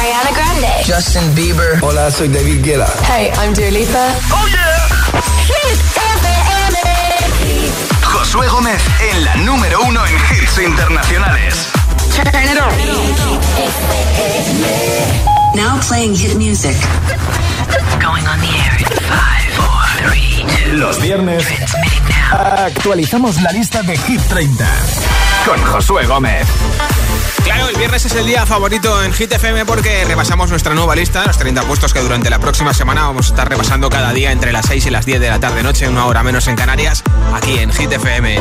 Ariana Grande. Justin Bieber. Hola, soy David Guetta. Hey, I'm Dua Lipa. ¡Oh, yeah! Hit FM. Josué Gómez en la número 1 en hits internacionales. Turn it on. Now playing hit music. Going on the air in 5, 4, 3, 2. Los viernes Transmitting now. actualizamos la lista de Hit 30 con Josué Gómez. Claro, el viernes es el día favorito en Hit FM porque repasamos nuestra nueva lista, los 30 puestos que durante la próxima semana vamos a estar repasando cada día entre las 6 y las 10 de la tarde-noche, una hora menos en Canarias, aquí en Hit FM.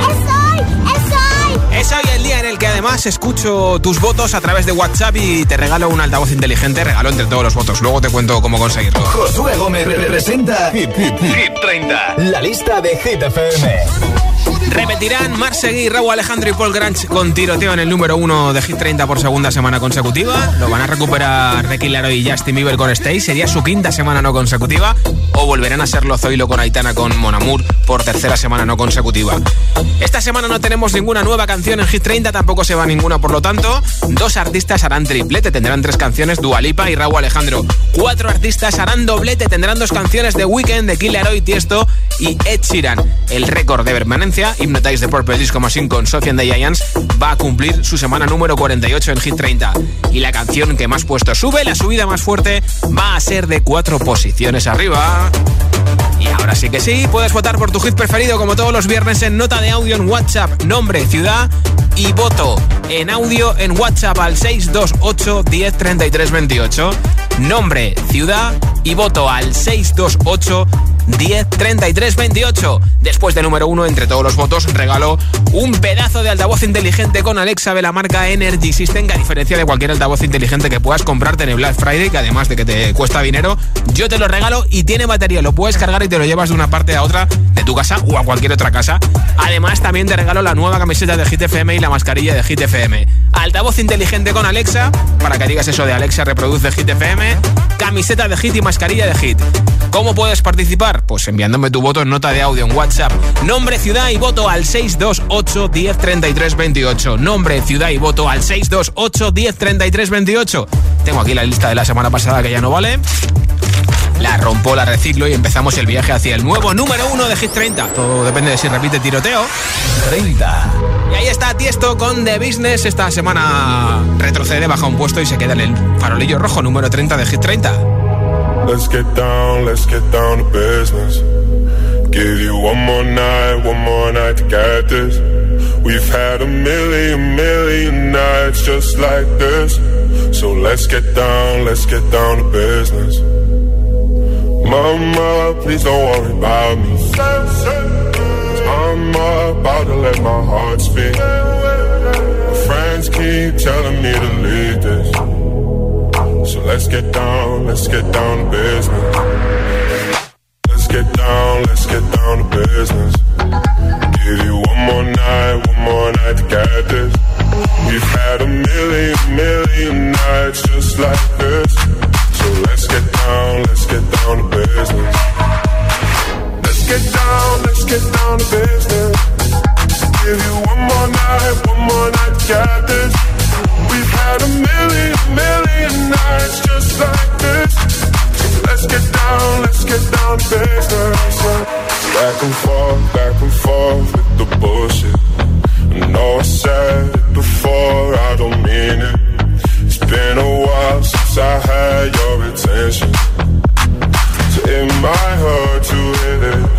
Es hoy el día en el que además escucho tus votos a través de WhatsApp y te regalo un altavoz inteligente, regalo entre todos los votos. Luego te cuento cómo conseguirlo. Josué Gómez representa Hit 30, la lista de Hit FM. Repetirán Marc Seguí, Raúl Alejandro y Paul Grange con tiroteo en el número 1 de Hit 30 por segunda semana consecutiva. Lo van a recuperar Ricky Laroi y Justin Bieber con Stay. Sería su quinta semana no consecutiva. O volverán a serlo Zoilo con Aitana con Mon Amour por tercera semana no consecutiva. Esta semana no tenemos ninguna nueva canción en Hit 30, tampoco se va ninguna, por lo tanto, 2 artistas harán triplete, tendrán 3 canciones, Dua Lipa y Raúl Alejandro. 4 artistas harán doblete, tendrán 2 canciones, The Weeknd, de Kid Laroi, Tiesto y Ed Sheeran. El récord de permanencia, Hypnotize de Purple Disco Machine con Sophie and the Giants, va a cumplir su semana número 48 en Hit 30. Y la canción que más puestos sube, la subida más fuerte, va a ser de 4 posiciones arriba. Y ahora sí que sí, puedes votar por tu hit preferido como todos los viernes en nota de audio en WhatsApp, nombre, ciudad y voto en audio en WhatsApp al 628 10 33 28. Nombre, ciudad y voto al 628 10 33 28. Después de número 1 entre todos los votos regalo un pedazo de altavoz inteligente con Alexa de la marca Energy System, que a diferencia de cualquier altavoz inteligente que puedas comprarte en el Black Friday, que además de que te cuesta dinero, yo te lo regalo y tiene batería, lo puedes cargar y te lo llevas de una parte a otra de tu casa o a cualquier otra casa. Además también te regalo la nueva camiseta de Hit FM y la mascarilla de Hit FM. Altavoz inteligente con Alexa, para que digas eso de Alexa reproduce Hit FM, camiseta de Hit y mascarilla de Hit. ¿Cómo puedes participar? Pues enviándome tu voto en nota de audio en WhatsApp. Nombre, ciudad y voto al 628 10 33 28. Nombre, ciudad y voto al 628 10 33 28. Tengo aquí la lista de la semana pasada que ya no vale. La rompo, la reciclo y empezamos el viaje hacia el nuevo número 1 de Hit 30. Todo depende de si repite tiroteo. 30. Y ahí está Tiesto con The Business. Esta semana retrocede, baja un puesto y se queda en el farolillo rojo número 30 de Hit 30. Let's get down to business. Give you one more night to get this. We've had a million nights just like this. So let's get down to business. Mama, please don't worry about me. I'm about to let my heart speak. My friends keep telling me to leave this. So let's get down to business. Let's get down to business. Give you one more night to get this. We've had a million nights just like this. So let's get down to business. Let's get down to business. Give you one more night to get this. We've had a million nights just like this. Let's get down to business. Back and forth with the bullshit. I know I said it before, I don't mean it. It's been a while since I had your attention, so it might hurt to hit it.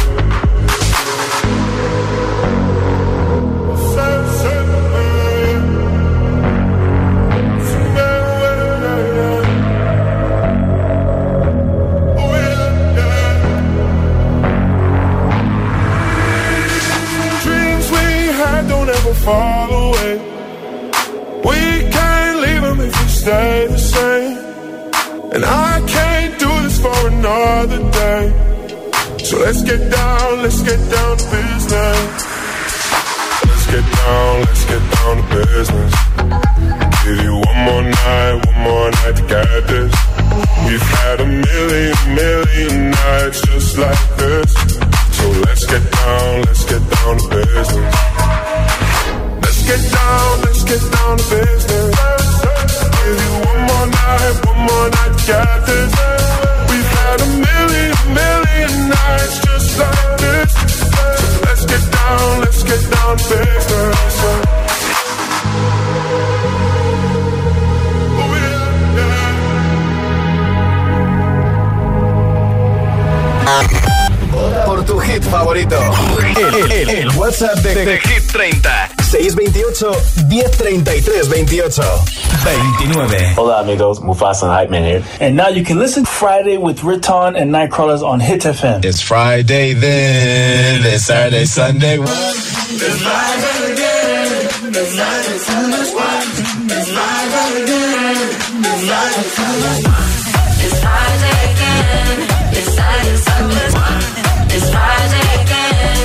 Fall away. We can't leave them if we stay the same. And I can't do this for another day. So let's get down to business. Let's get down to business. Give you one more night to get this. We've had a million nights just like this. So let's get down to business. Let's get down to business. Give you one more all night, one more night, got this. We've had a million nights just like this. So let's get down to business. Por tu hit favorito. El WhatsApp de Hit 30. 628 1033 28 29. Hola amigos, Mufasa and Hype Man here. And now you can listen Friday with Riton and Nightcrawlers on Hit FM. It's Friday then, it's Saturday, Sunday. It's Friday again, it's Saturday, Sunday. It's Friday again, it's Saturday, Sunday. It's Friday again, it's Saturday, Sunday. It's Friday again,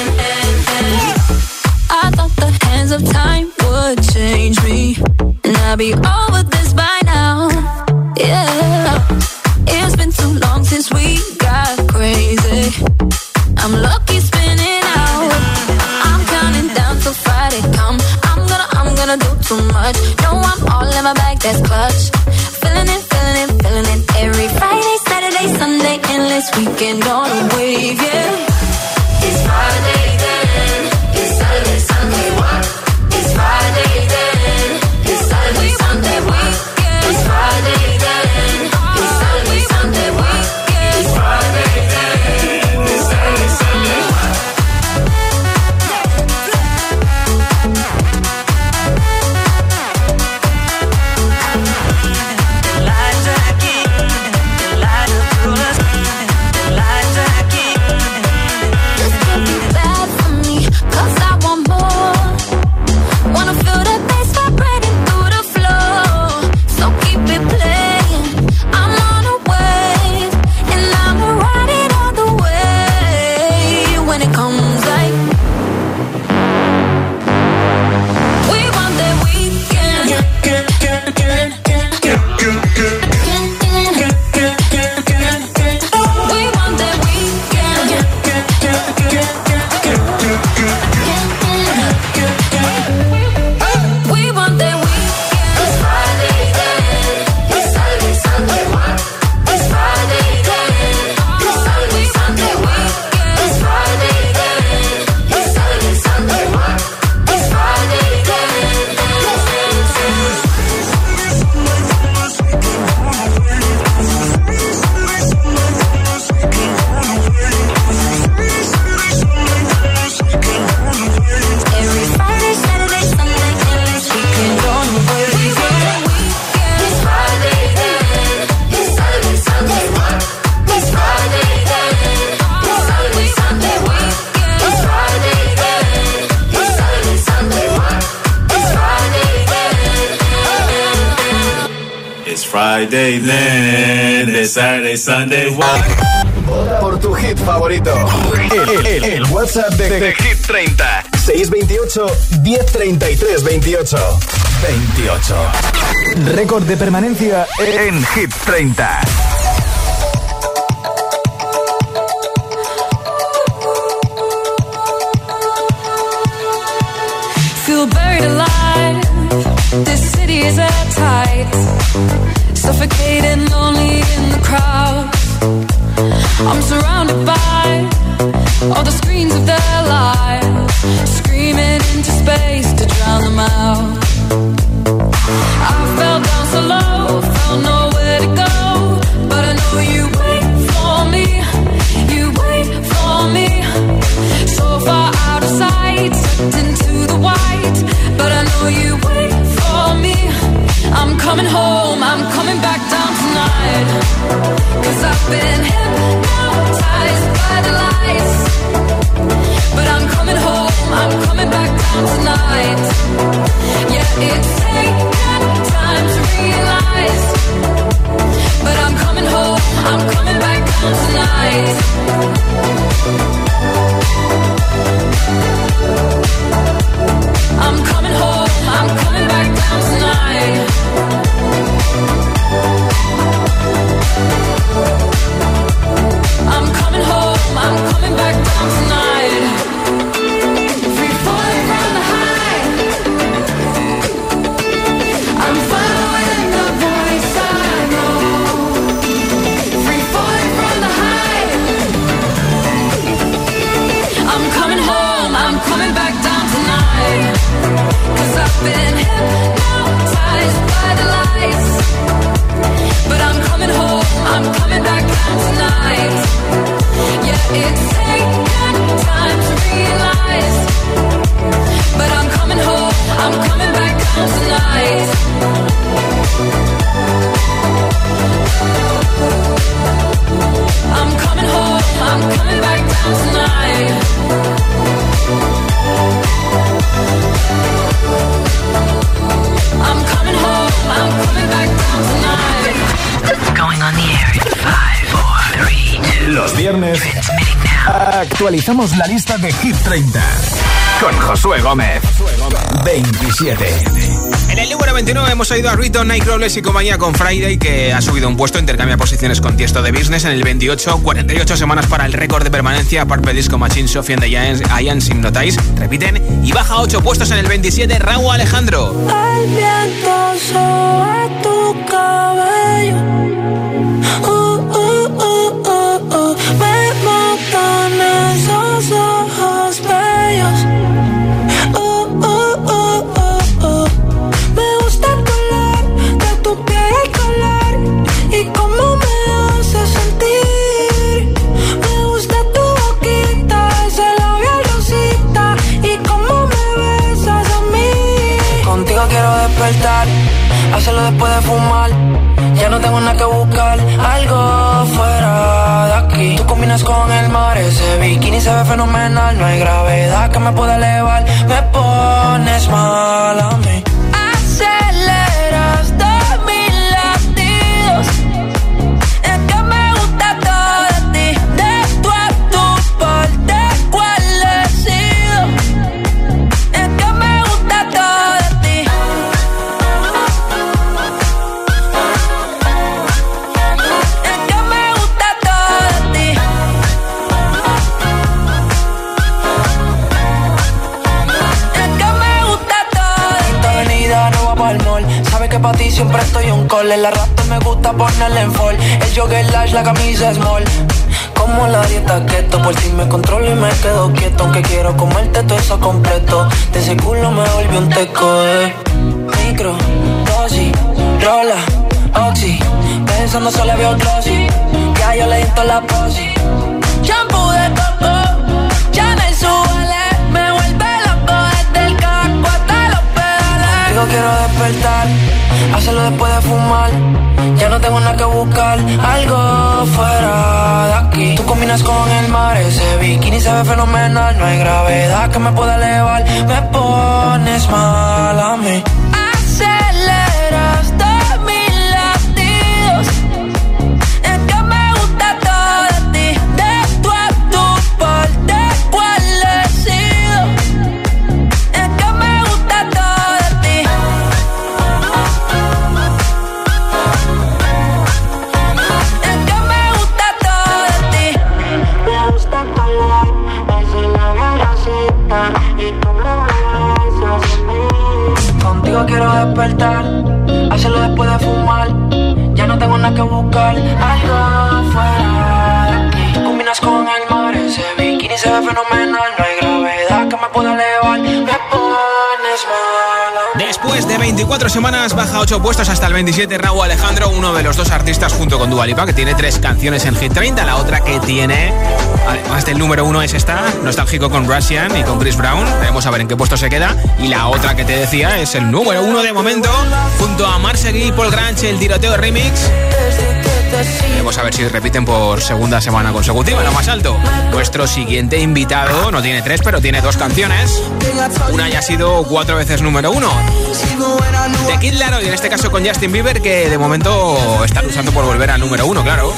I thought the hands of time would change me, and I'll be over this by now. Yeah, it's been too long since we got crazy. I'm lucky spinning out. I'm counting down till Friday come. I'm gonna do too much. No, I'm all in my bag, that's clutch. Feeling it. Every Friday, Saturday, Sunday, endless weekend on a wave, yeah. It's Friday then, it's Saturday, Sunday, what? It's Friday then, it's Saturday, Sunday, weekend. It's Friday then, it's Saturday, Sunday, weekend. It's Friday then, it's Saturday, Sunday, what? Friday then, it's Saturday, Sunday. Por tu hit favorito. El WhatsApp de Hit 30. 628 1033 28 28. Récord de permanencia en Hit 30. Feel buried alive. This city is at tight. Suffocating, lonely in the crowd. I'm surrounded by all the screens of their lives, screaming into space to drown them out. I fell down so low, found nowhere to go, but I know you wait for me, you wait for me. So far out of sight, sucked into the white, but I know you wait for me. I'm coming home, I'm coming back down tonight, 'cause I've been hypnotized by the lights. But I'm coming home, I'm coming back down tonight. Yeah, it's taken time to realize, but I'm coming home, I'm coming back down tonight. I'm coming home, I'm coming back down tonight. viernes actualizamos la lista de Hit 30 con Josué Gómez. 27. En el número 29 hemos oído a Rito, Nightcrawlers y compañía con Friday, que ha subido un puesto, intercambia posiciones con Tiesto de Business. En el 28, 48 semanas para el récord de permanencia. Purple Disco Machine, Sophie and the Giants, Hypnotize, repiten. Y baja 8 puestos en el 27, Raúl Alejandro. El viento sobre tu cabello. Me matan esos ojos bellos. Me gusta el color de tu piel, el color y cómo me hace sentir. Me gusta tu boquita, ese labial rosita y cómo me besas a mí. Contigo quiero despertar, hacerlo después de fumar. Ya no tengo nada que buscar, algo fuera de aquí. Tú combinas con el mar, ese bikini se ve fenomenal. No hay gravedad que me pueda elevar, me pones mal a mí. Aceleras todos mis latidos, es que me gusta todo de ti. De tú a tu parte, ¿cuál he sido? Es que me gusta todo de ti. Sabe que pa' ti siempre estoy un call. El arrastre me gusta ponerle en fall. El jogger large, la camisa small. Como la dieta keto, por si me controlo y me quedo quieto. Aunque quiero comerte todo eso completo. De ese culo me volvió un teco, Micro, dosis, rola, oxi. Pensando solo veo glossy. Ya yo le di toda la posi. Shampoo de coco, Chanel Suele. Me vuelve loco desde el casco hasta los pedales. Digo quiero despertar, hacerlo después de fumar. Ya no tengo nada que buscar, algo fuera de aquí. Tú combinas con el mar, ese bikini se ve fenomenal. No hay gravedad que me pueda elevar, me pones mal a mí. Aceleras todos mis latidos, es que me gusta todo de ti. De tú a tu parte, ¿cuál he sido? Es que me gusta todo de ti. Es que me gusta todo de ti. Me gusta el color, ese labial rosita y cómo me besas a mí. Contigo quiero despertar, hacerlo después de fumar. Ya no tengo nada que buscar, algo fuera de aquí. Tú combinas con el mar, ese bikini se ve fenomenal. No hay gravedad que me pueda elevar, me pones mal a mí. Después de 24 semanas baja 8 puestos hasta el 27 Raúl Alejandro, uno de los dos artistas junto con Dua Lipa, que tiene 3 canciones en Hit 30. La otra que tiene, además del número 1, es esta, Nostálgico, con Russian y con Chris Brown. Veremos a ver en qué puesto se queda. Y la otra que te decía es el número 1 de momento, junto a Marseille y Paul Grange, el Tiroteo Remix. Veremos a ver si repiten por segunda semana consecutiva, lo más alto. Nuestro siguiente invitado no tiene 3, pero tiene 2 canciones. Una ya ha sido 4 veces número 1. De Kid Laroi, en este caso con Justin Bieber, que de momento está luchando por volver al número 1, claro.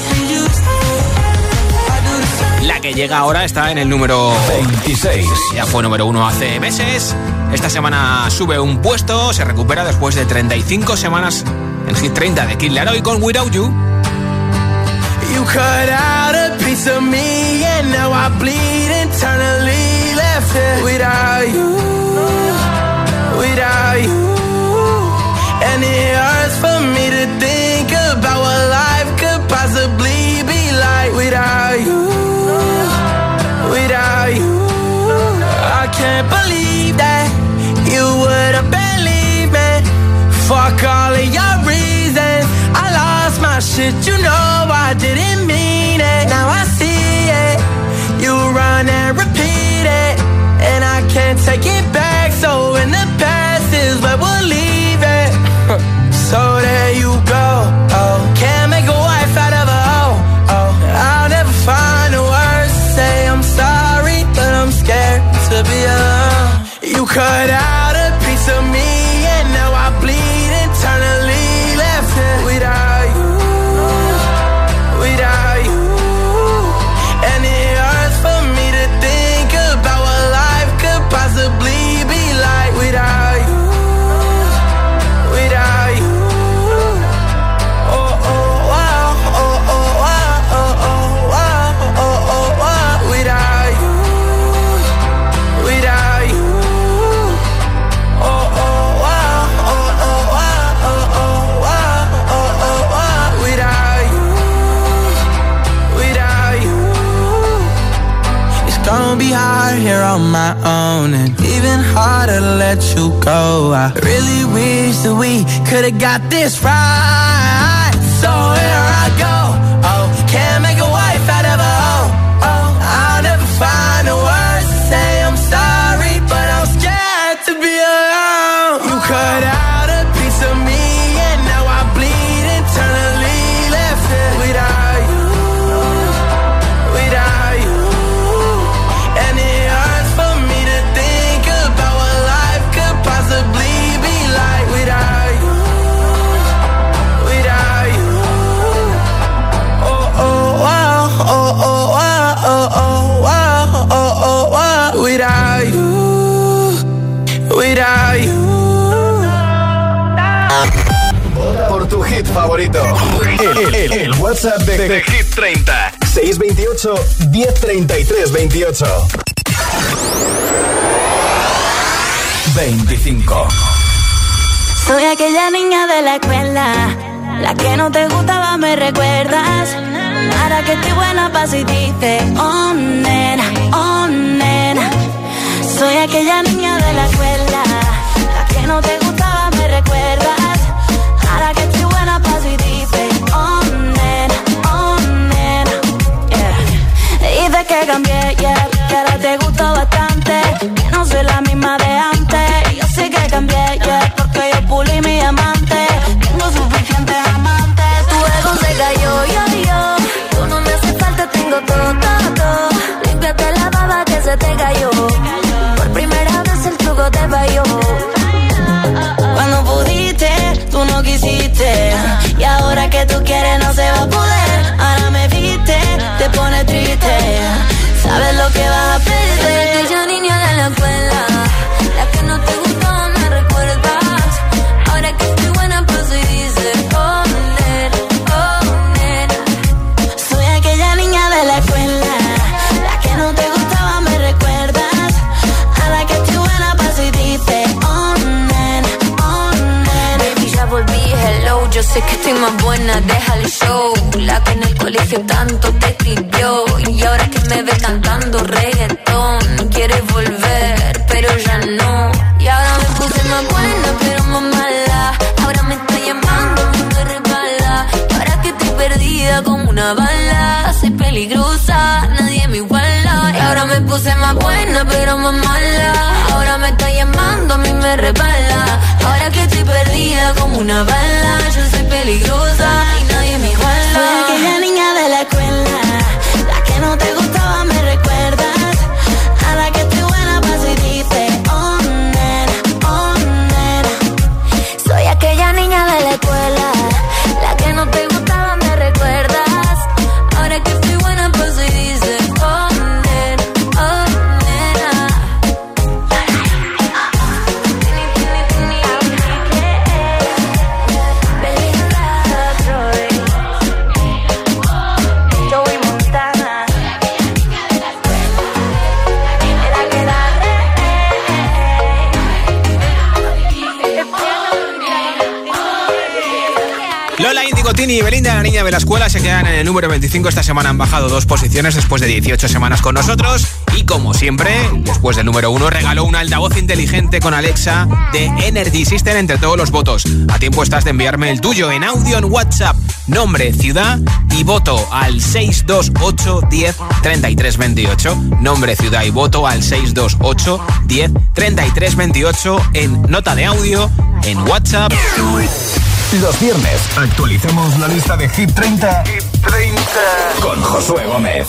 La que llega ahora está en el número 26. Ya fue número 1 hace meses. Esta semana sube un puesto, se recupera después de 35 semanas en Hit 30 de Kid Laroi con Without You. You cut out a piece of me and now I bleed internally left it without you, without you. And it hurts for me to think about what life could possibly be like without you, without you. I can't believe that you would have believed me. Fuck all of your reasons, I lost my shit, you know I didn't mean it. Now I see it, you run and repeat it, and I can't take it back. So in the past is where we'll leave it. So there you go, oh. Can't make a wife out of a hoe, oh. I'll never find the words to say I'm sorry, but I'm scared to be alone. You cut out a piece of me and now I bleed internally left it without you, without you. my own, and even harder to let you go. I really wish that we could've got this right. So here I go. Oh, can't make a wife out of a hoe. Oh, I'll never find the words to say I'm sorry, but I'm scared to be alone. You cut out a piece of me, and now I bleed internally. Left it without you, without you. And it hurts for me to think about what life could possibly be like without you. Without you, without you. Vota por tu hit favorito. El WhatsApp de Hit 30. 628 1033 28. 25. Soy aquella niña de la escuela, la que no te gustaba, me recuerdas. Ahora que estoy buena pa' si dices, oh nena, oh nena. Soy aquella niña de la escuela, la que no te gustaba, me recuerdas. Ahora que estoy buena pa' si dices, oh nena, yeah. Dices que cambié, yeah, que ahora te gusto bastante, que no soy la misma de antes. Yo sé que cambié, yeah, porque yo pulí mi amante. Tengo suficientes amantes, tu ego se cayó, yo. Tú no me hace falta, tengo todo, todo, todo. Límpiate la baba que se te cayó. Por primera vez el truco te falló. Cuando pudiste, tú no quisiste. Y ahora que tú quieres no se va a poder. Ahora me viste, te pone triste. Sabes lo que vas a perder. Aquella niña de la escuela, la que no te gustó, me recuerdas. Ahora que estoy buena, pues y dices, oh nena, oh nena. Soy aquella niña de la escuela, la que no te gustaba, me recuerdas. Ahora que estoy buena, pues y dices, oh nena, oh nena. Baby, ya volví, hello, yo sé que estoy más buena, deja el show. La que en el colegio tanto te escribió, y ahora que me ves cantando reggaetón, quieres volver, pero ya no. Y ahora me puse más buena, pero más mala. Ahora me está llamando, me resbala. Y ahora que estoy perdida como una bala, soy peligrosa, nadie me iguala. Y ahora me puse más buena, pero más mala. Ahora me está llamando, a mí me resbala. Ahora que estoy perdida como una bala, yo soy peligrosa y nadie me iguala. Soy aquella niña de la escuela, la que no te gustaba, me recuerdas. Ahora que estoy buena, paso y dices, oh nena, oh nena. Soy aquella niña de la escuela, la que no te gustaba, me recuerdas. Ahora que estoy buena, paso y dices, oh nena, oh nena. Joey Montana. Lola Índigo, Tini y Belinda, la niña de la escuela, se quedan en el número 25. Esta semana han bajado 2 posiciones después de 18 semanas con nosotros. Y como siempre, después del número 1, regaló un altavoz inteligente con Alexa de Energy System entre todos los votos. A tiempo estás de enviarme el tuyo en audio en WhatsApp, nombre, ciudad y voto al 628 10 33 28. Nombre, ciudad y voto al 628 10 33 28 en nota de audio en WhatsApp. Los viernes actualizamos la lista de Hit 30, con Josué Gómez.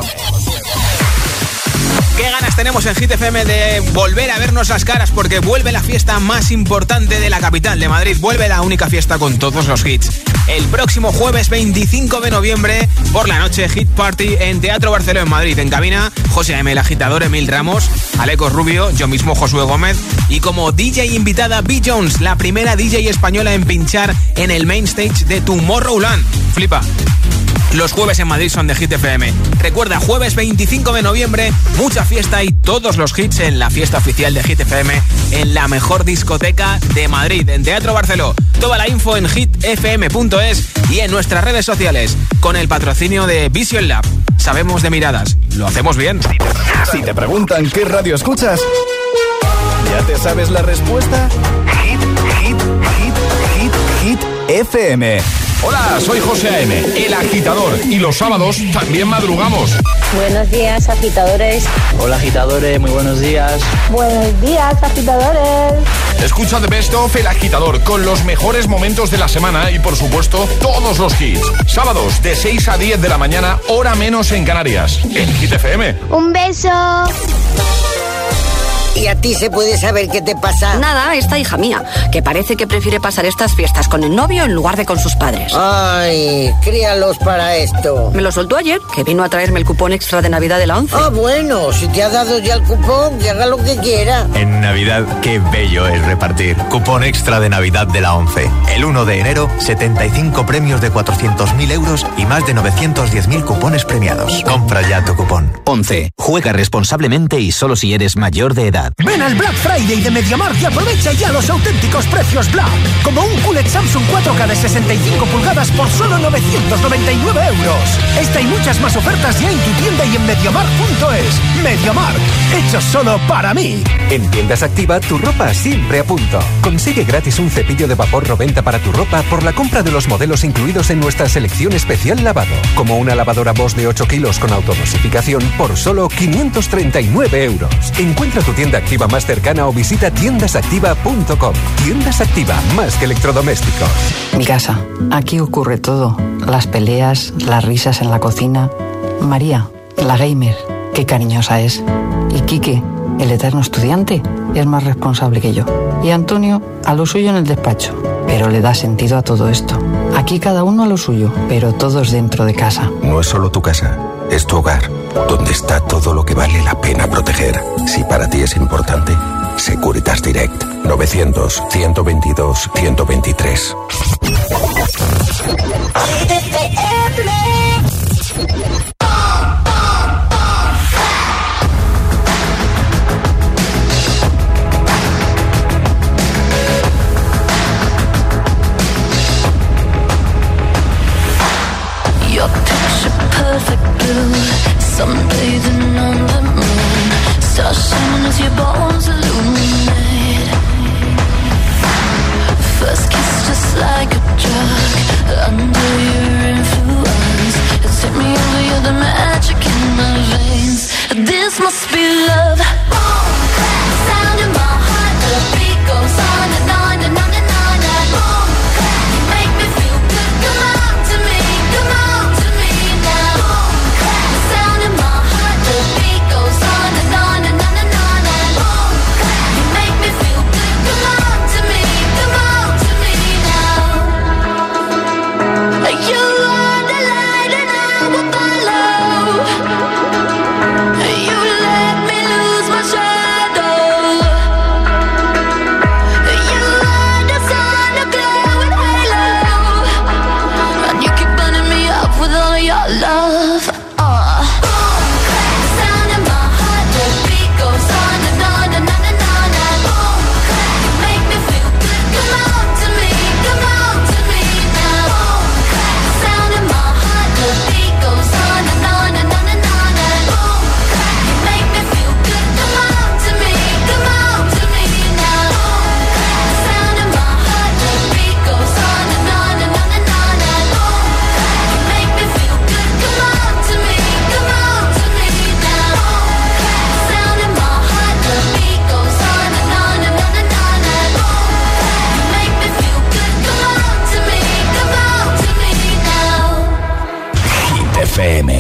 Qué ganas tenemos en Hit FM de volver a vernos las caras, porque vuelve la fiesta más importante de la capital de Madrid. Vuelve la única fiesta con todos los hits. El próximo jueves 25 de noviembre por la noche, Hit Party en Teatro Barceló en Madrid. En cabina, José M, el agitador, Emil Ramos, Alecos Rubio, yo mismo, Josué Gómez, y como DJ invitada B. Jones, la primera DJ española en pinchar en el main stage de Tomorrowland. Flipa. Los jueves en Madrid son de Hit FM. Recuerda, jueves 25 de noviembre, mucha fiesta y todos los hits en la fiesta oficial de Hit FM en la mejor discoteca de Madrid, en Teatro Barceló. Toda la info en hitfm.es y en nuestras redes sociales, con el patrocinio de Vision Lab. sabemos de miradas. Lo hacemos bien. Si te preguntan qué radio escuchas, ¿ya te sabes la respuesta? Hit FM. Hola, soy José A.M., el agitador, y los sábados también madrugamos. Buenos días, agitadores. Hola, agitadores, muy buenos días. Buenos días, agitadores. Escucha The Best of El Agitador con los mejores momentos de la semana y, por supuesto, todos los hits. Sábados de 6 a 10 de la mañana, hora menos en Canarias, en Hit FM. Un beso. ¿Y a ti se puede saber qué te pasa? Nada, esta hija mía, que parece que prefiere pasar estas fiestas con el novio en lugar de con sus padres. Ay, críalos para esto. Me lo soltó ayer, que vino a traerme el cupón extra de Navidad de la 11. Ah, bueno, si te ha dado ya el cupón, que haga lo que quiera. En Navidad, qué bello es repartir. Cupón extra de Navidad de la 11. El 1 de enero, 75 premios de 400.000 euros y más de 910.000 cupones premiados. Compra ya tu cupón. 11. Juega responsablemente y solo si eres mayor de edad. Ven al Black Friday de MediaMarkt y aprovecha ya los auténticos precios Black. Como un QLED Samsung 4K de 65 pulgadas por solo 999 euros. Esta y muchas más ofertas ya en tu tienda y en MediaMarkt.es. MediaMarkt, hecho solo para mí. En Tiendas Activa, tu ropa siempre a punto. Consigue gratis un cepillo de vapor Roventa para tu ropa por la compra de los modelos incluidos en nuestra selección especial lavado. Como una lavadora Bosch de 8 kilos con autodosificación por solo 539 euros. Encuentra tu tienda Activa más cercana o visita tiendasactiva.com. Tiendas Activa, más que electrodomésticos. Mi casa, aquí ocurre todo. Las peleas, las risas en la cocina. María, la gamer, qué cariñosa es. Y Quique, el eterno estudiante, es más responsable que yo. Y Antonio, a lo suyo en el despacho. Pero le da sentido a todo esto. Aquí cada uno a lo suyo, pero todos dentro de casa. No es solo tu casa, es tu hogar, donde está todo lo que vale la pena proteger. Si para ti es importante, Securitas Direct. 900-122-123. Your picture perfect blue, sunbathing on the moon, stars shining as your bones illuminate. First kiss just like a drug, under your influence, it's hit me over, you're the magic in my veins. This must be love. Boom, clap, sound in my heart, the beat goes on and on and on and on and boom, clap, you make me feel good. Come on to me, come on to me now. Boom, clap, sound in my heart, the beat goes on and on and on and on and boom, clap, you make me feel good. Come on to me, come on to me now. You are the light and I will follow. You let me lose my shadow. You are the sun, a glowing halo, and you keep burning me up with all of your love. Boom, clap, sound in my heart, the beat goes on and on and on and on and boom, clap, you make me feel good. Come on to me, come on to me now. Boom, clap, sound in my heart, the beat goes on and on and on and on and boom, clap, you make me feel good. Come on to me, come on to me now. Boom, clap, sound in my heart, the beat goes on and on and on and on and boom, clap, you make me feel good. Come on to me, come on to me now. Boom, clap, sound in my heart, the beat goes on and on and on and on and boom, clap, you make me feel good. Come on to me, come on to me now. Hit FM.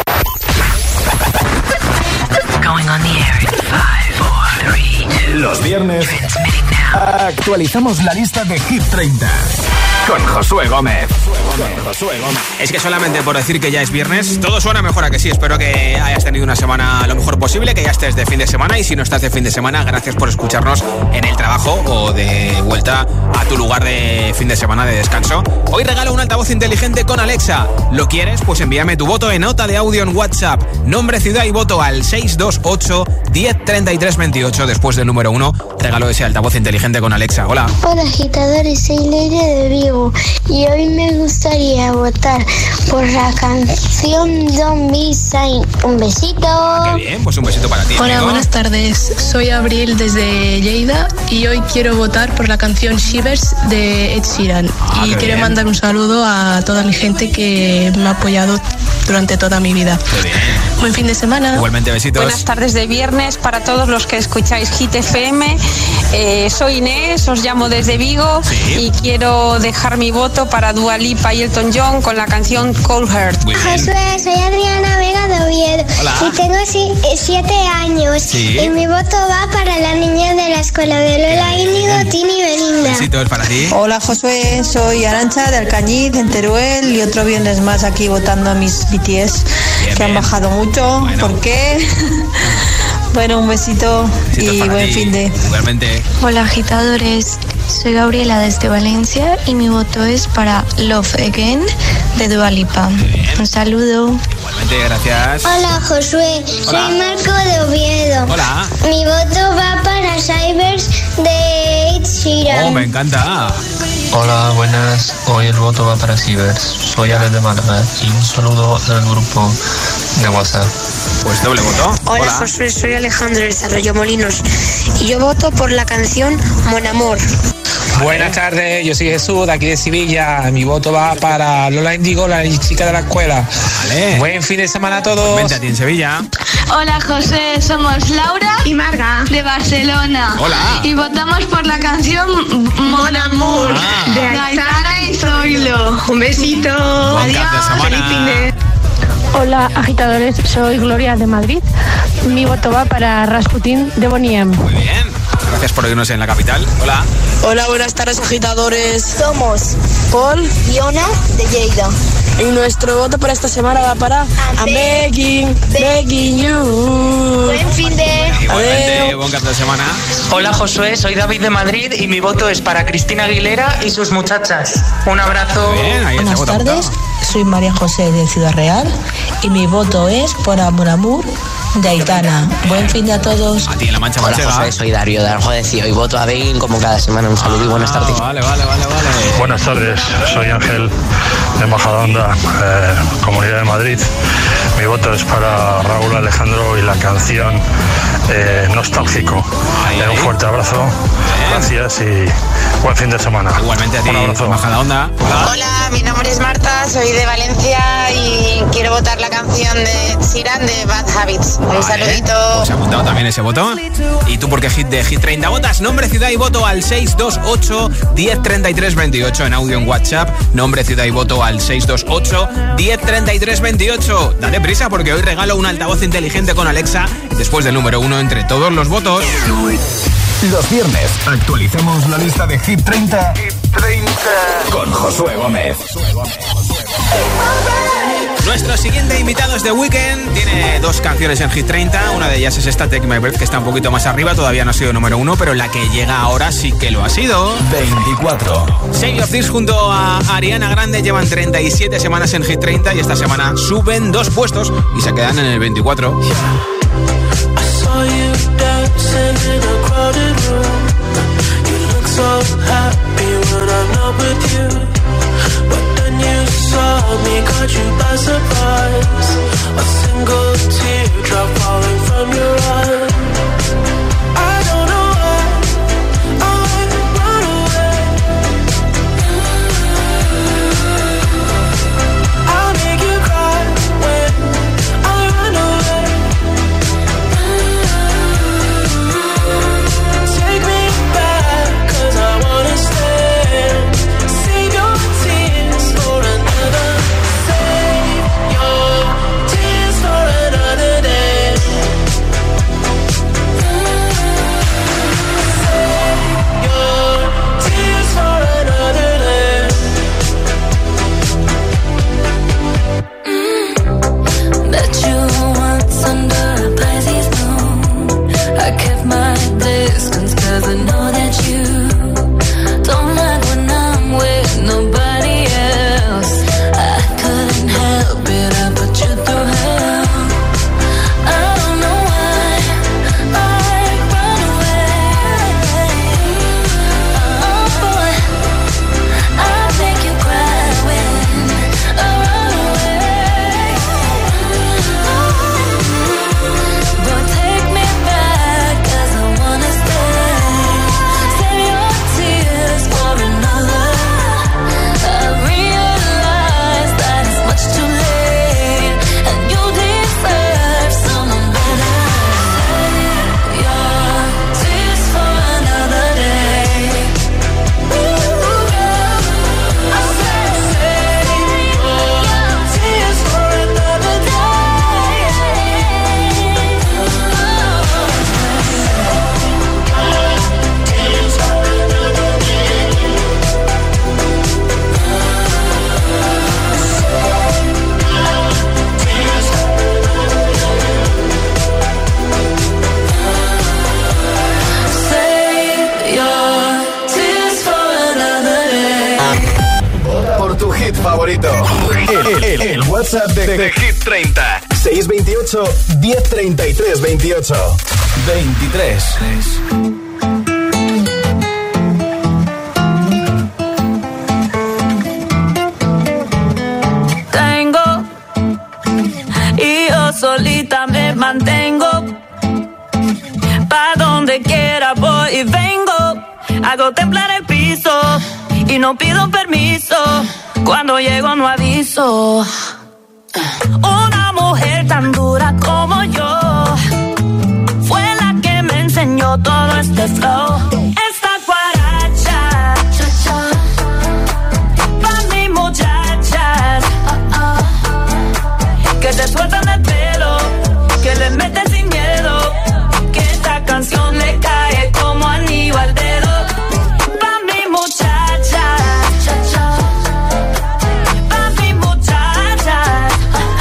Going on the air in 5, 4, 3, 2. Los viernes actualizamos la lista de Hit 30 con Josué Gómez. Es que solamente por decir que ya es viernes, todo suena mejor a que sí. Espero que hayas tenido una semana lo mejor posible, que ya estés de fin de semana, y si no estás de fin de semana, gracias por escucharnos en el trabajo o de vuelta a tu lugar de fin de semana de descanso. Hoy regalo un altavoz inteligente con Alexa. ¿Lo quieres? Pues envíame tu voto en nota de audio en WhatsApp. Nombre, ciudad y voto al 628 10 33 28. Después del número 1, regalo ese altavoz inteligente con Alexa. Hola. Hola, agitadores, soy Leire de Vigo. Diego y hoy me gustaría votar por la canción Don't Be Shy. Un besito. Qué bien, pues un besito para ti. Hola, amigo. buenas tardes. Soy Abril desde Lleida y hoy quiero votar por la canción Shivers de Ed Sheeran. Y qué quiero bien. mandar un saludo a toda mi gente que me ha apoyado durante toda mi vida. Qué bien. Buen fin de semana. Igualmente, besitos. Buenas tardes de viernes para todos los que escucháis Hit FM. Soy Inés, os llamo desde Vigo y quiero dejar mi voto para Dua Lipa y Elton John con la canción Cold Heart. Josué, soy Adriana Vega de Oviedo. Hola. Y tengo 7 años. Sí. Y mi voto va para la niña de la escuela de Lola Índigo, Tini y Belinda. Besitos para ti. Hola Josué, soy Arantxa de Alcañiz, en Teruel, y otro viernes más aquí votando a mis BTS que han bajado mucho. ¿Por qué? Bueno, un besito Besitos y para buen ti. fin de... Igualmente. Hola agitadores, soy Gabriela desde Valencia y mi voto es para Love Again de Dua Lipa. Un saludo. Igualmente, gracias. Hola Josué, Hola. soy Marco de Oviedo. Hola. Mi voto va para Cybers de Ed Sheeran. Oh, me encanta. Hola, buenas. Hoy el voto va para Cibers. Soy Ale de Málaga y un saludo del grupo de WhatsApp. Pues doble voto. Hola Josué, soy Alejandro de Arroyomolinos y yo voto por la canción Mon Amor. Buenas tardes, yo soy Jesús de aquí de Sevilla. Mi voto va para Lola Índigo, la chica de la escuela. Vale. Buen fin de semana a todos. Vente a ti en Sevilla. Hola José, somos Laura y Marga de Barcelona. Hola. Y votamos por la canción Mon Amour de Aitana y Zoilo. Un besito. Adiós. Feliz fin de... Hola agitadores, soy Gloria de Madrid. Mi voto va para Rasputin de Bonnie M. Muy bien. Gracias por irnos en la capital. Hola. Hola, buenas tardes agitadores. Somos Paul y Ona de Lleida. y nuestro voto para esta semana va para I'm begging you. Buen fin de... Igualmente, buen cap de semana. Hola Josué, soy David de Madrid y mi voto es para Cristina Aguilera y sus muchachas. Un abrazo. Bien, ahí Buenas tardes, soy María José de Ciudad Real y mi voto es por Mon Amour de Aitana. Buen fin de a todos. A ti en la Mancha Hola Manchega. José, soy Darío de Arjodecio y voto a Begin como cada semana. Un saludo y buenas tardes. Vale. Buenas tardes, soy Ángel de Majadahonda, Comunidad de Madrid. Mi voto es para Raúl Alejandro y la canción Nostálgico. Un fuerte abrazo, gracias y buen fin de semana. Igualmente a ti, un abrazo. Majadahonda. Hola, mi nombre es Marta, soy de Valencia y quiero votar la canción de Sheeran de Bad Habits. Un saludito. Pues he apuntado también ese voto. ¿Y tú por qué hit de Hit 30 votas? Nombre, ciudad y voto al 628 1033 28 en audio en WhatsApp. Nombre, ciudad y voto al 628 1033 28. Date prisa porque hoy regalo un altavoz inteligente con Alexa después del número 1 entre todos los votos. Los viernes actualizamos la lista de Hit 30, con Josué Gómez. Nuestro siguiente invitado es The Weeknd. Tiene 2 canciones en Hit 30. Una de ellas es esta, Take My Breath, que está un poquito más arriba. Todavía no ha sido número 1, pero la que llega ahora sí que lo ha sido. 24. Save of This junto a Ariana Grande llevan 37 semanas en Hit 30 y esta semana suben 2 puestos y se quedan en el 24. Saw you dancing in a crowded room. You look so happy when I'm not with you. But then you saw me, caught you by surprise. A single teardrop falling from your eye. I don't know why I run away. I'll make you cry when I run away. Take me back, 'cause I wanna stay. hit favorito. El WhatsApp de Hit 30. 628 1033 28. 23. Tengo y yo solita me mantengo. Pa' donde quiera voy y vengo. Hago temblar el piso y no pido permiso. Cuando llego no aviso. Una mujer tan dura como yo fue la que me enseñó todo este flow. Esta guaracha, pa' mis muchachas, que se sueltan el pelo, que le meten sin miedo, que esta canción le cae como anillo al dedo. Pa' mis muchachas, pa' mis muchachas.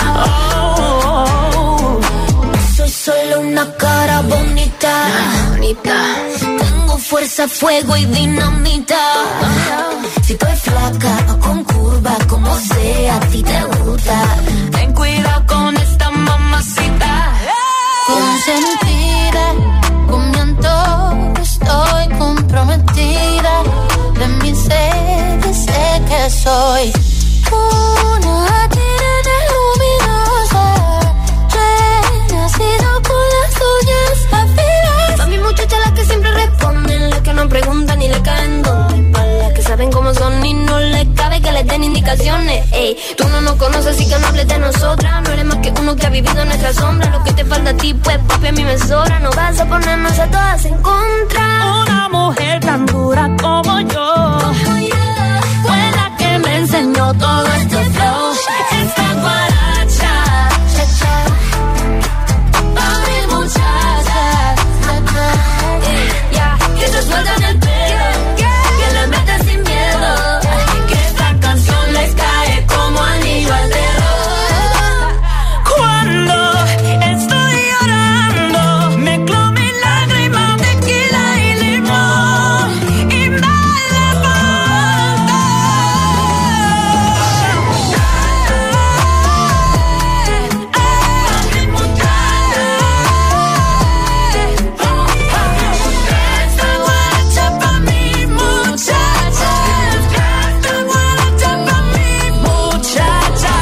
Soy solo una cara bonita. Tengo fuerza, fuego y dinamita. Si estoy flaca o con curva, como sea, a ti te gusta. Ten cuidado con esta mamacita. Consentida, con mi antojo estoy comprometida. De mi ser, sé que soy una tirana luminosa, renacida con las uñas afiladas. Pa' mi muchacha las que siempre responden, las que no preguntan ni le caen dónde. Pa' las que saben cómo son y no les cabe que les den indicaciones. Ey, tú no nos conoces así que no hables de nosotras. No eres más que uno que ha vivido en nuestra sombra. Lo que te falta a ti pues papi a mí me sobra. No vas a ponernos a todas en contra. Una mujer tan dura como yo fue la que me enseñó todo este flow. Esta guaracha, pa' mis muchachas, que se sueltan el pelo, que le meten sin miedo, que esta canción les cae como anillo al dedo. Cuando estoy llorando, mezclo mis lágrimas, tequila y limón y me levanto. Esta guaracha pa' mis muchachas, esta guaracha pa' mis muchachas.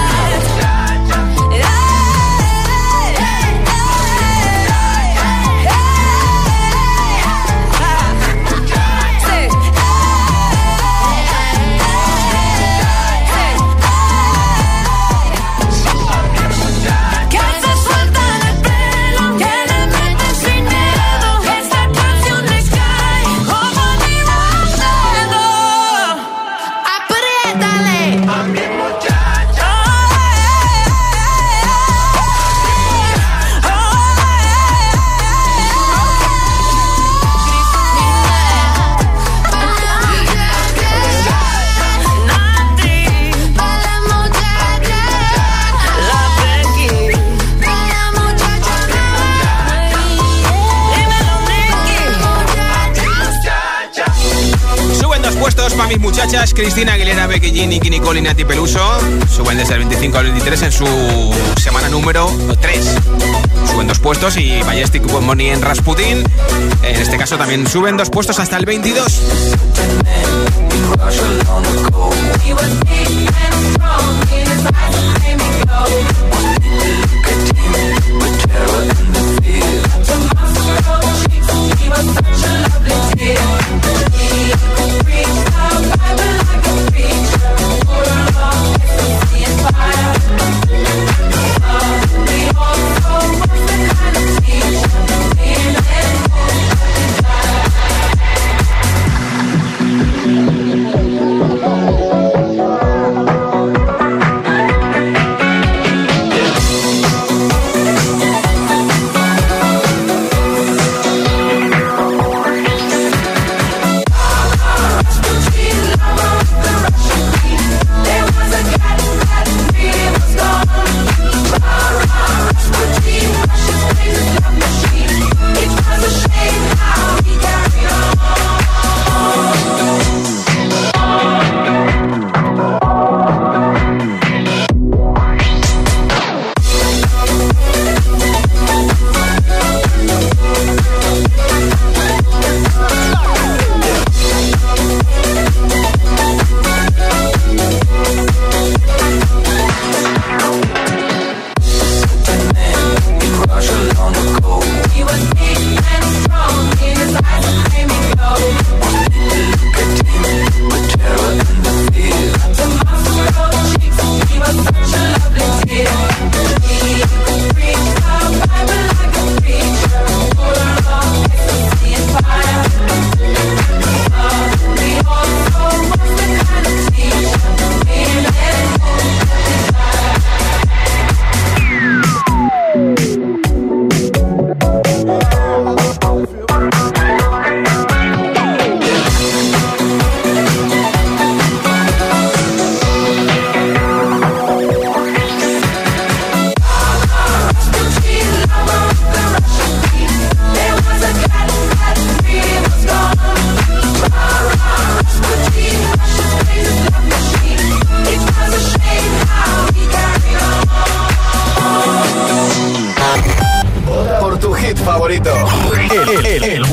Que se sueltan el pelo, que le meten sin miedo, esta canción les cae como anillo al dedo. Apriétale a mi muchacha. Suben 2 puestos para mis muchachas Cristina Aguilera, Becky G, Nicki Nicole y Nati Peluso. Suben desde el 25 al 23 en su semana número 3. Suben 2 puestos y Majestic Good Money en Rasputin. En este caso también suben 2 puestos hasta el 22.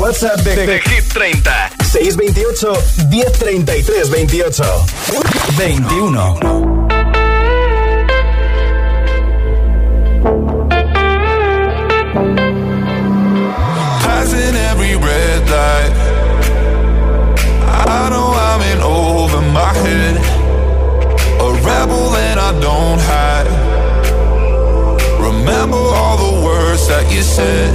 WhatsApp de Hit 30. 628 1033 28. 21. Passing every red light, I know I'm in over my head, a rebel and I don't hide. Remember all the words that you said.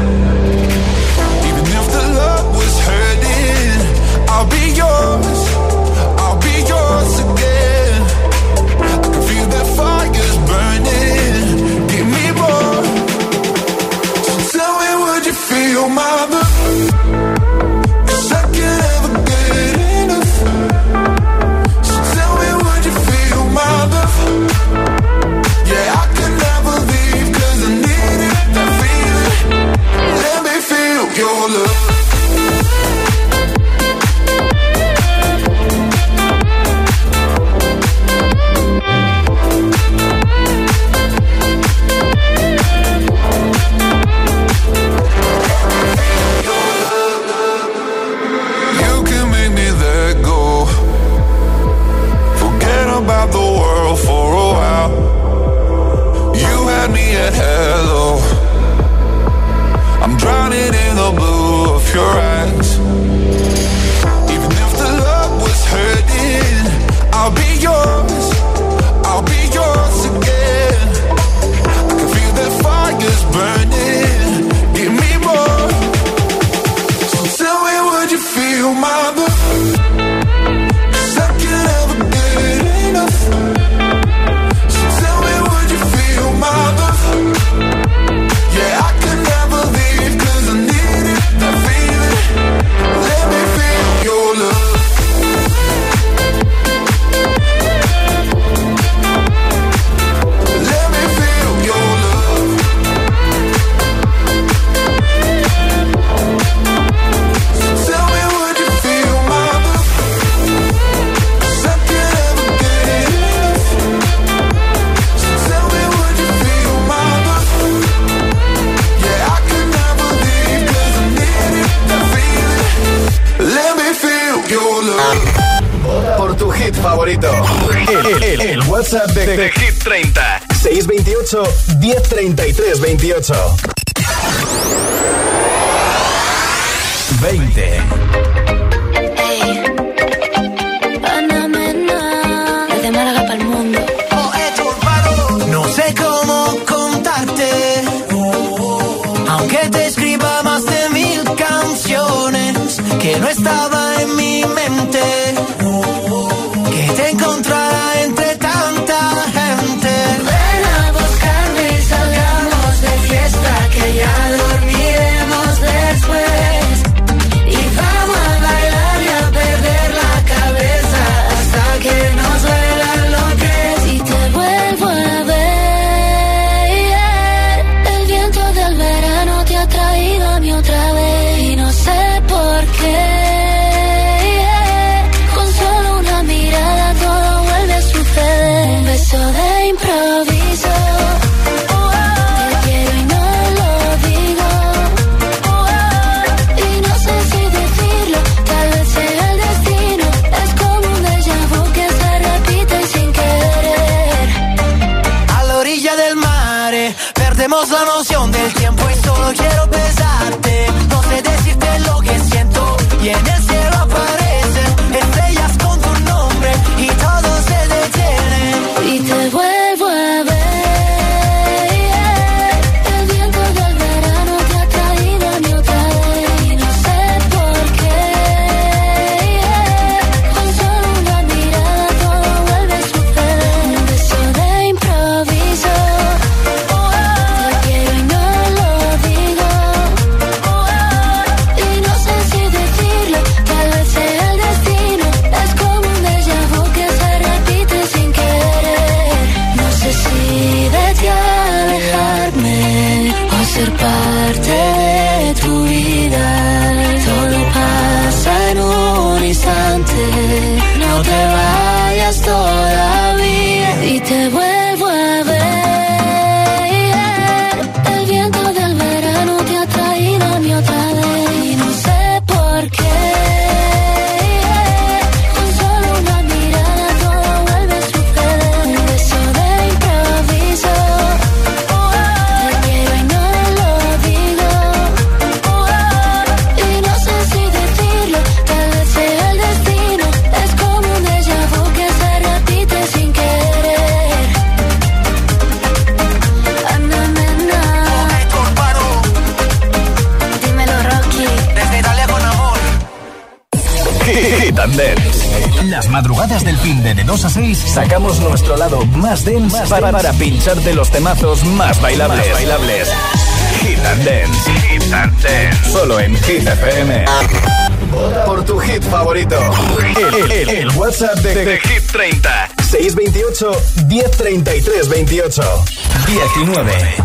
Even if the love was hurting, I'll be yours, I'll be yours again. I can feel that fire's burning, give me more. So tell me, would you feel my love? 'Cause I can't ever get enough. So tell me, would you feel my love? Yeah, I can never leave 'cause I need it, that feeling. Let me feel your love. About the world for a while. You had me at hello. I'm drowning in the blue of your eyes. Even if the love was hurting, I'll be yours, I'll be yours again. I can feel that fire's burning, give me more. So tell me, would you feel my love? Por tu hit favorito. El WhatsApp de Hit 30. 628 1033 28. 20. Desde Málaga para el mundo. No sé cómo contarte, aunque te escriba más de 1000 canciones, que no estaba en mi mente, que te encontrara entre tanta gente. Ven a buscarme y salgamos de fiesta, que ya dormiremos después. Y vamos a bailar y a perder la cabeza hasta que nos duela lo que es. Y te vuelvo a ver, el viento del verano te ha traído a mí otra vez. Y no sé por qué, con solo una mirada todo vuelve a suceder. Un beso de improviso, te quiero y no lo digo, y no sé si decirlo, tal vez sea el destino. Es como un déjà vu que se repite sin querer. A la orilla del mar, perdemos la noción del tiempo y solo quiero besarte. No sé decirte lo que siento y en el cielo aparecen estrellas con tu nombre y todo se detiene. Y te vuelvo a ver, el viento del verano te ha traído a mí otra vez. Y no sé por qué, con solo una mirada todo vuelve a suceder. Un beso de improviso, te quiero y no lo digo, y no sé si decirlo, tal vez sea el destino. Es como un déjà vu que se repite sin querer. No sé si de ti alejarme o ser parte de tu vida. Todo pasa en un instante, no te vayas todavía. Y te vuelvo a ver, el viento del verano te ha traído a mí otra vez. Y no sé madrugadas del finde de 2 a 6 sacamos nuestro lado más dance para pincharte los temazos más bailables. Hit and Dance. Solo en Hit FM. Vota por tu hit favorito. El WhatsApp de Hit 30. 628 1033 28 19.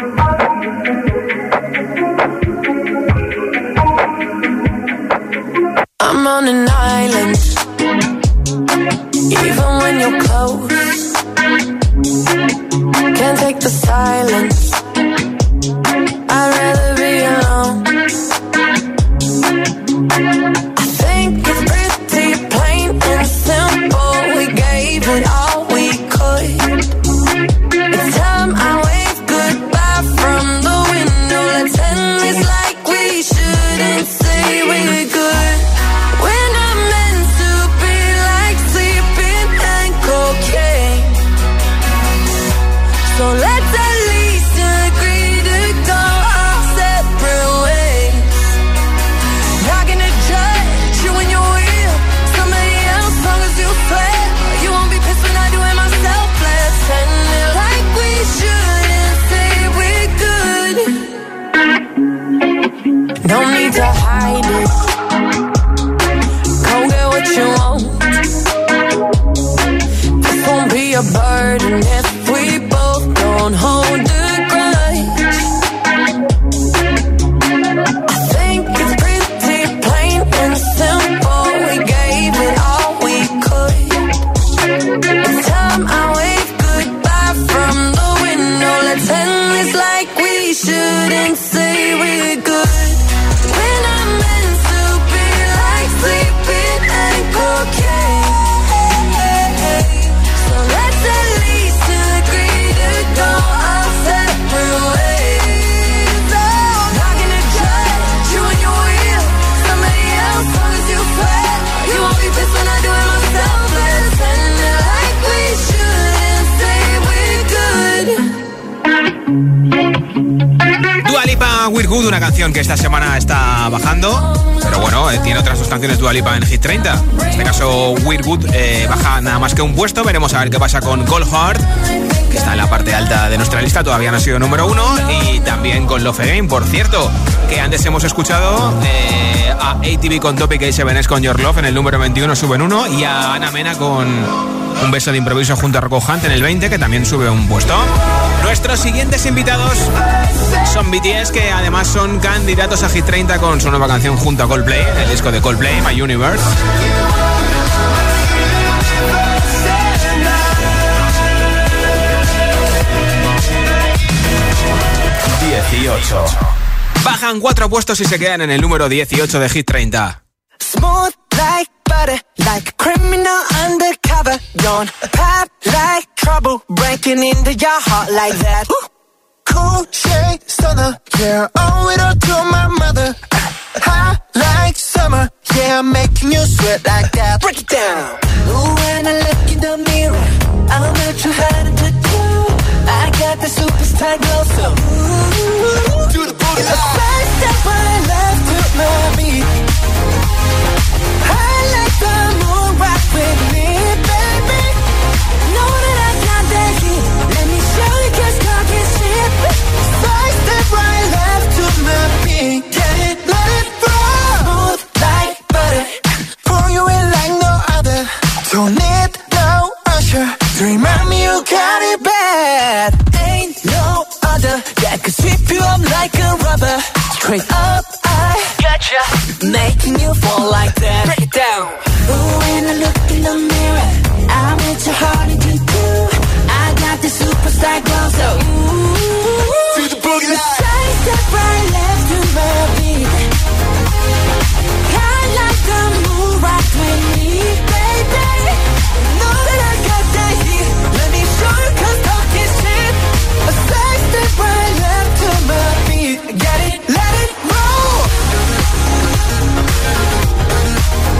I'm on an island. Even when you're close, can't take the silence. I'd rather be alone. I think it's pretty plain and simple. We gave it all we could. It's time I wave goodbye from the window. Let's end this like we shouldn't say we're good. We're not meant to be like sleeping and cocaine. So let's at least agree to go our separate ways. Not gonna judge you when you're with somebody else, long as you swear you won't be pissed when I do it myself. Let's end it like we shouldn't say we're good. No need to hide it. Go get what you want. This won't be a burden if we both don't hold the grudge. I think it's pretty plain and simple. We gave it all we could. It's time I wave goodbye from the window. Let's end this like we shouldn't say we're good. We're not meant to be like sleeping and cocaine. So let's at least agree to go our separate ways. Not gonna judge you when you're with somebody else, long as you swear you won't be pissed when I do it myself. Let's end it like we shouldn't say we're good. Dua Lipa, We're Good, una canción que esta semana está bajando, pero bueno, tiene otras dos canciones Dua Lipa en Hit 30. En este caso We're Good baja nada más que un puesto. Veremos a ver qué pasa con Cold Heart, que está en la parte alta de nuestra lista, todavía no ha sido número 1, y también con Love Again, por cierto, que antes hemos escuchado a ATV con Topic A7S con Your Love en el número 21, sube en 1, y a Ana Mena con Un beso de improviso junto a Rocco Hunt en el 20, que también sube un puesto. Nuestros siguientes invitados son BTS, que además son candidatos a Hit 30 con su nueva canción junto a Coldplay, el disco de Coldplay, My Universe. Bajan 4 puestos y se quedan en el número 18 de Hit 30. Smooth like butter, like a criminal undercover. Don't pop like trouble, breaking into your heart like that. Cool shade stunner, yeah, owe it all to my mother. Hot like summer, yeah, I'm making you sweat like that. Break it down. Ooh, when I look in the mirror, I'm not too hard to do. I got the superstar glow, so ooh, do the boogie line. First step I love to my beat. I like the moon rock with me, baby. Know that I got that heat. Let me show you, 'cause cock is cheap. First step I love to my beat. Get it, let it roll. Smooth like butter, pour you in like no other. Don't need no usher to remind me you got it bad. Ain't no other that could sweep you up like a rubber. Straight up, I gotcha, making you fall like that. Break it down. Ooh, when I look in the mirror, I'm at your heart and you do. I got the superstar glow, so ooh, do the boogie line. Side step right, left to my beat. I like the moon rock with me, baby. Know that I got that heat. Let me show you, 'cause talk is cheap. A side step right, left to my beat. Get it, let it roll.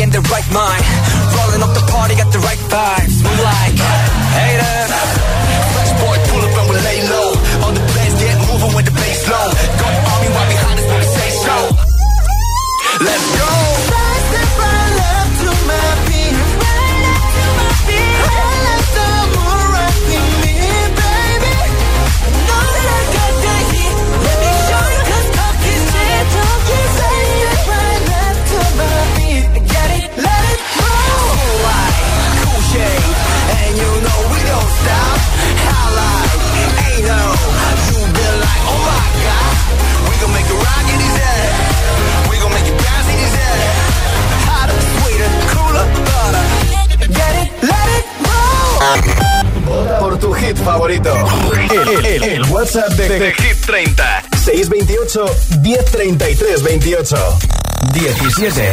in their right mind. Rolling up the party, got the right vibes. Move like haters. Fresh boy, pull up and we lay low. All the players get moving with the bass low. Got the army right behind us when we say so. Let's go. Right step right left to my beat. Right left to my beat. I like the moon rocking me, baby. Know that I got the heat. Let me show you 'cause talk is cheap. Talk is cheap. Right left to my beat. Get it, let it move. Cool light, cool shade, and you know we don't stop. Highlight, ain't no. You been like, oh my God. We gon' make it rock in his head. We gon' make it bounce in his head. Hotter, sweeter, cooler, butter. Get it, let it move. Vota por tu hit favorito. El WhatsApp de Hit 30. 628 1033 28 17.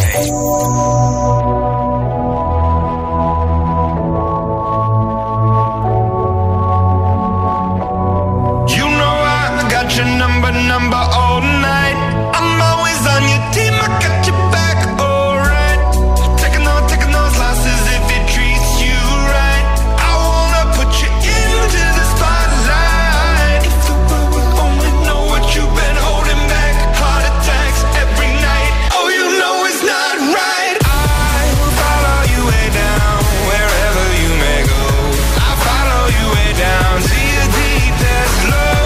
Number all night. I'm always on your team. I got your back, alright. Taking those losses if it treats you right. I wanna put you into the spotlight. If the world would only know what you've been holding back. Heart attacks every night. Oh, you know it's not right. I will follow you way down, wherever you may go. I'll follow you way down to your deepest low.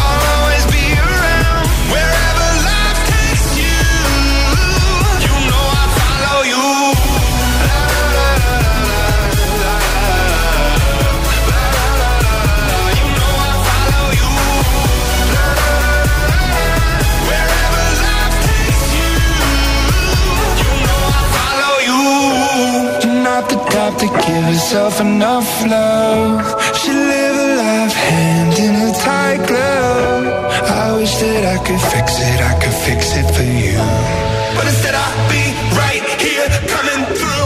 To give herself enough love. She live a life hand in a tight glove. I wish that I could fix it for you. But instead I'll be right here coming through.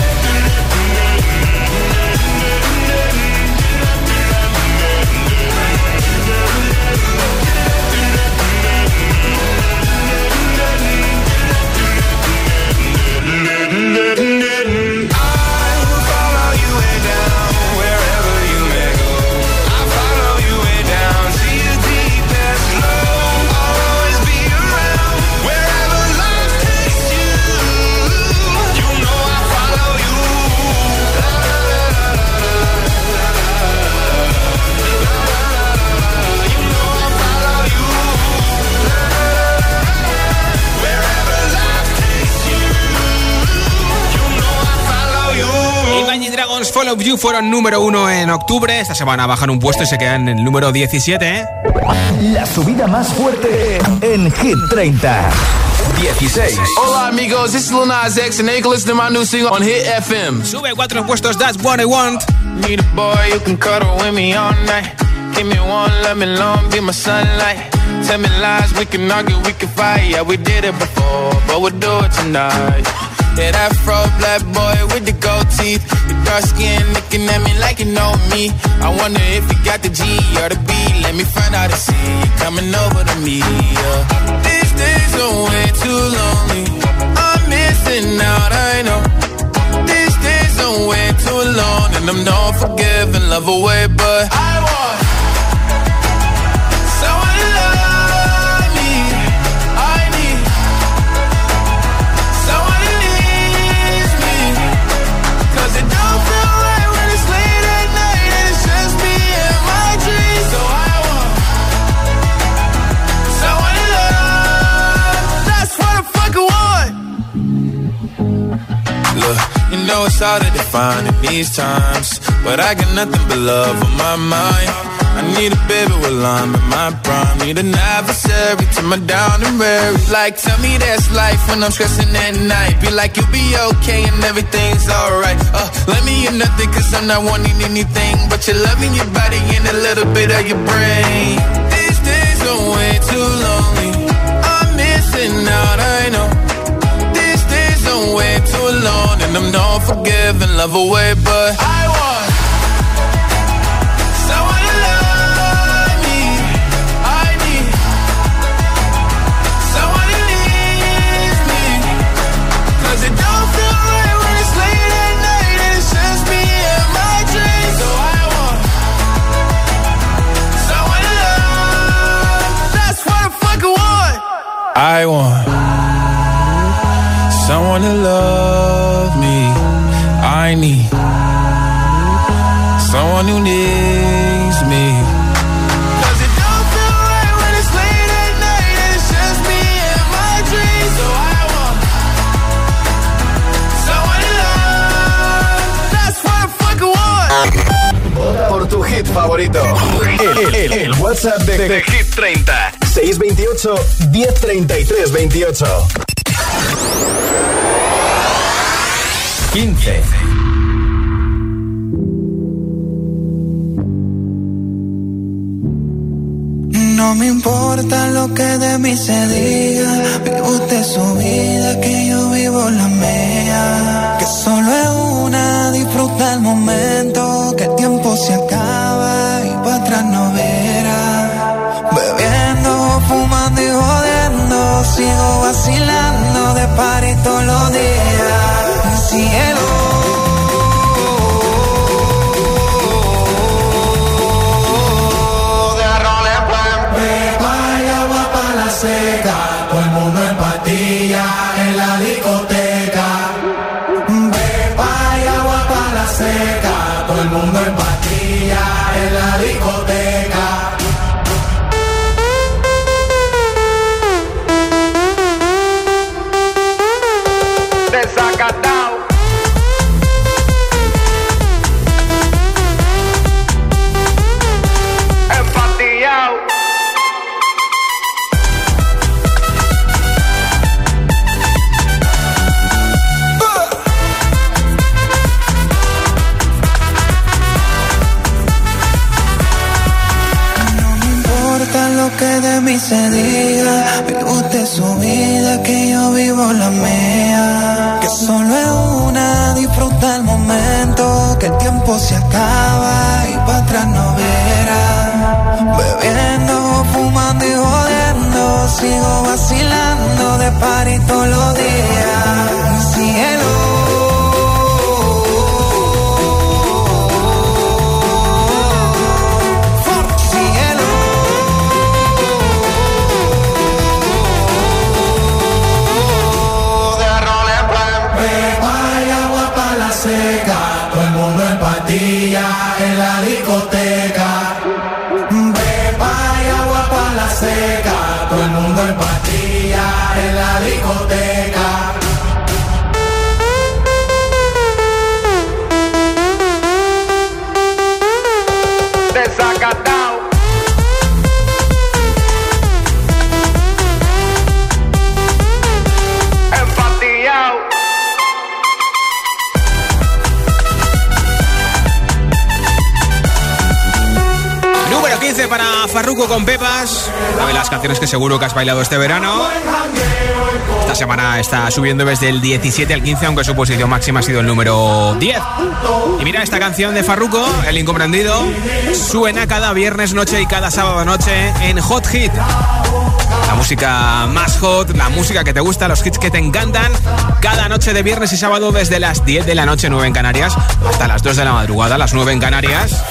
Fall of You fueron número 1 en octubre. Esta semana bajan un puesto y se quedan en el número 17. La subida más fuerte en Hit 30. 16. Hola amigos, this is Lil Nas X and you're listening to my new single on Hit FM. Sube 4 puestos, That's What I Want. Need a boy you can cuddle with me all night. Give me one, let me long, be my sunlight. Tell me lies, we can argue, we can fight. Yeah, we did it before, but we'll do it tonight. Yeah, that fro black boy with the gold teeth. Your dark skin looking at me like you know me. I wonder if you got the G or the B. Let me find out and see you coming over to me. These days are way too lonely. I'm missing out, I know. These days are way too alone. And I'm not forgiving, love away, but I want someone to love me. I need someone to needs me. 'Cause it don't feel right when it's late at night and it's just me and my dreams. So I want someone to love. That's what I fucking want. Look, you know it's hard to define in these times, but I got nothing but love on my mind. I need a baby while I'm in my prime. Need an adversary to my down and weary. Like, tell me that's life when I'm stressing at night. Be like, you'll be okay and everything's alright. Let me hear nothing 'cause I'm not wanting anything but your loving your body and a little bit of your brain. These days are way too lonely. I'm missing out, I know. These days are way too alone. And I'm not forgiving, love away, but I want someone to love me. I need someone who needs me. 'Cause it don't feel right I want someone to love me. I need someone who needs me. Cause it don't feel right when it's late at night and it's just me and my dreams. So I want someone to love. That's what I fucking want. Vota por tu hit favorito. El WhatsApp de Hit 30. 628 1033 28. 15. No me importa lo que de mí se diga. Vive usted su vida, que yo vivo la mía. Que solo es una, disfruta el momento. Que el tiempo se acaba y para atrás no verá. Bebiendo, fumando y jodiendo. Sigo vacilando de party todos los días. Cielo. Todo el mundo en pastillas en la discoteca. Beba y agua para la seca. Todo el mundo en pastillas en la discoteca. Desacatado. Empastillado. Lo que de mí se diga, vive usted su vida, que yo vivo la mía. Que solo es una, disfruta el momento. Que el tiempo se acaba y para atrás no verá. Bebiendo, fumando y jodiendo. Sigo vacilando de party todos los días. Cielo. Todo el mundo en pastillas en la discoteca. Beba y agua para la seca. Todo el mundo en pastillas en la discoteca. Desacatado. Empastillado. Número 15 para Farruko con Pepas. Una de las canciones que seguro que has bailado este verano. Esta semana está subiendo desde el 17 al 15, aunque su posición máxima ha sido el número 10. Y mira, esta canción de Farruko, El Incomprendido, suena cada viernes noche y cada sábado noche en Hot Hit. La música más hot, la música que te gusta, los hits que te encantan. Cada noche de viernes y sábado desde las 10 de la noche, 9 en Canarias, hasta las 2 de la madrugada, las 9 en Canarias.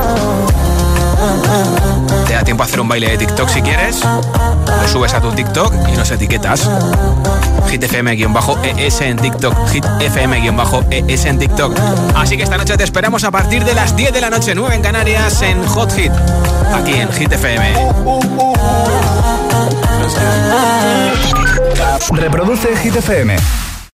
Te da tiempo a hacer un baile de TikTok si quieres. Lo subes a tu TikTok y nos etiquetas. HitFM-ES en TikTok. HitFM-ES en TikTok. Así que esta noche te esperamos a partir de las 10 de la noche, 9 en Canarias, en Hot Hit, aquí en Hit FM. Reproduce Hit FM.